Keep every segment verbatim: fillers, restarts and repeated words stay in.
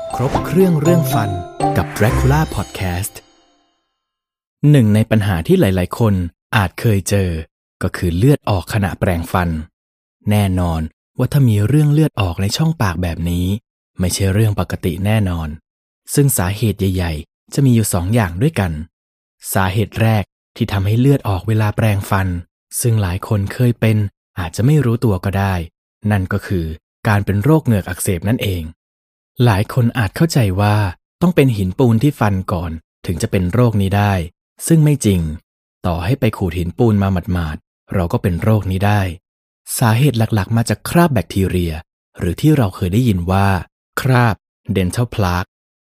ครบเครื่องเรื่องฟันกับ Dracula Podcast หนึ่งในปัญหาที่หลายๆคนอาจเคยเจอก็คือเลือดออกขณะแปรงฟันแน่นอนว่าถ้ามีเรื่องเลือดออกในช่องปากแบบนี้ไม่ใช่เรื่องปกติแน่นอนซึ่งสาเหตุใหญ่ๆจะมีอยู่สองอย่างด้วยกันสาเหตุแรกที่ทำให้เลือดออกเวลาแปรงฟันซึ่งหลายคนเคยเป็นอาจจะไม่รู้ตัวก็ได้นั่นก็คือการเป็นโรคเหงือกอักเสบนั่นเองหลายคนอาจเข้าใจว่าต้องเป็นหินปูนที่ฟันก่อนถึงจะเป็นโรคนี้ได้ซึ่งไม่จริงต่อให้ไปขูดหินปูนมาหมาดๆเราก็เป็นโรคนี้ได้สาเหตุหลักๆมาจากคราบแบคทีเรียหรือที่เราเคยได้ยินว่าคราบ dental plaque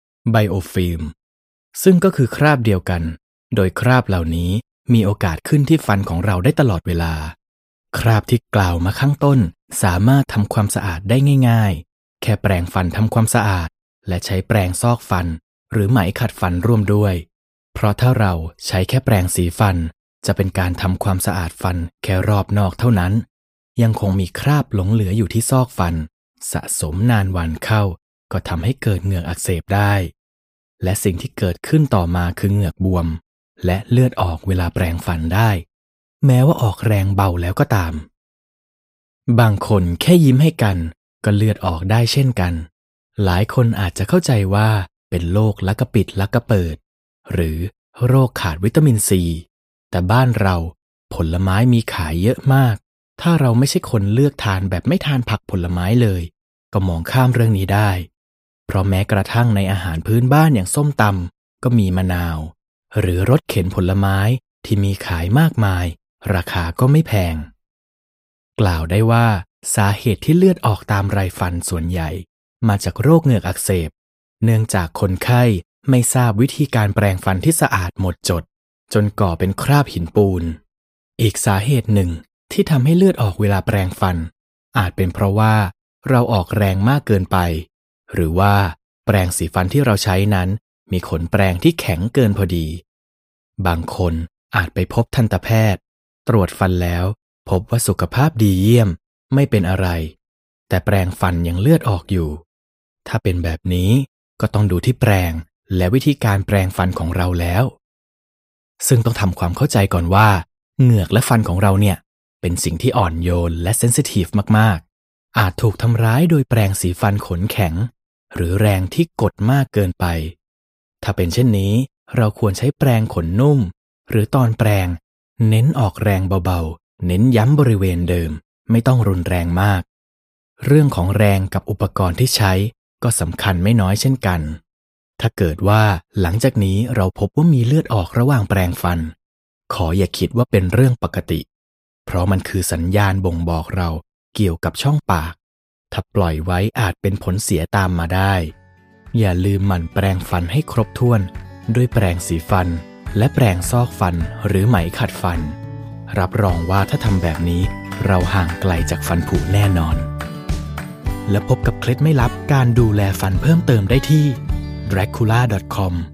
biofilm ซึ่งก็คือคราบเดียวกันโดยคราบเหล่านี้มีโอกาสขึ้นที่ฟันของเราได้ตลอดเวลาคราบที่กล่าวมาข้างต้นสามารถทำความสะอาดได้ง่ายๆแค่แปรงฟันทำความสะอาดและใช้แปรงซอกฟันหรือไหมขัดฟันร่วมด้วยเพราะถ้าเราใช้แค่แปรงสีฟันจะเป็นการทำความสะอาดฟันแค่รอบนอกเท่านั้นยังคงมีคราบหลงเหลืออยู่ที่ซอกฟันสะสมนานวันเข้าก็ทำให้เกิดเหงือกอักเสบได้และสิ่งที่เกิดขึ้นต่อมาคือเหงือกบวมและเลือดออกเวลาแปรงฟันได้แม้ว่าออกแรงเบาแล้วก็ตามบางคนแค่ยิ้มให้กันก็เลือดออกได้เช่นกันหลายคนอาจจะเข้าใจว่าเป็นโรคลักกะปิดลักกะเปิดหรือโรคขาดวิตามินซีแต่บ้านเราผลไม้มีขายเยอะมากถ้าเราไม่ใช่คนเลือกทานแบบไม่ทานผักผลไม้เลยก็มองข้ามเรื่องนี้ได้เพราะแม้กระทั่งในอาหารพื้นบ้านอย่างส้มตำก็มีมะนาวหรือรสเข็นผลไม้ที่มีขายมากมายราคาก็ไม่แพงกล่าวได้ว่าสาเหตุที่เลือดออกตามไรฟันส่วนใหญ่มาจากโรคเหงือกอักเสบเนื่องจากคนไข้ไม่ทราบวิธีการแปรงฟันที่สะอาดหมดจดจนก่อเป็นคราบหินปูนอีกสาเหตุหนึ่งที่ทำให้เลือดออกเวลาแปรงฟันอาจเป็นเพราะว่าเราออกแรงมากเกินไปหรือว่าแปรงสีฟันที่เราใช้นั้นมีขนแปรงที่แข็งเกินพอดีบางคนอาจไปพบทันตแพทย์ตรวจฟันแล้วพบว่าสุขภาพดีเยี่ยมไม่เป็นอะไรแต่แปรงฟันยังเลือดออกอยู่ถ้าเป็นแบบนี้ก็ต้องดูที่แปรงและวิธีการแปรงฟันของเราแล้วซึ่งต้องทำความเข้าใจก่อนว่าเหงือกและฟันของเราเนี่ยเป็นสิ่งที่อ่อนโยนและเซนซิทีฟมากๆอาจถูกทำร้ายโดยแปรงสีฟันขนแข็งหรือแรงที่กดมากเกินไปถ้าเป็นเช่นนี้เราควรใช้แปรงขนนุ่มหรือตอนแปรงเน้นออกแรงเบาๆเน้นย้ำบริเวณเดิมไม่ต้องรุนแรงมากเรื่องของแรงกับอุปกรณ์ที่ใช้ก็สำคัญไม่น้อยเช่นกันถ้าเกิดว่าหลังจากนี้เราพบว่ามีเลือดออกระหว่างแปรงฟันขออย่าคิดว่าเป็นเรื่องปกติเพราะมันคือสัญญาณบ่งบอกเราเกี่ยวกับช่องปากถ้าปล่อยไว้อาจเป็นผลเสียตามมาได้อย่าลืมหมั่นแปรงฟันให้ครบถ้วนด้วยแปรงสีฟันและแปรงซอกฟันหรือไหมขัดฟันรับรองว่าถ้าทำแบบนี้เราห่างไกลจากฟันผุแน่นอนและพบกับเคล็ดไม่ลับการดูแลฟันเพิ่มเติมได้ที่ dracula ดอท คอม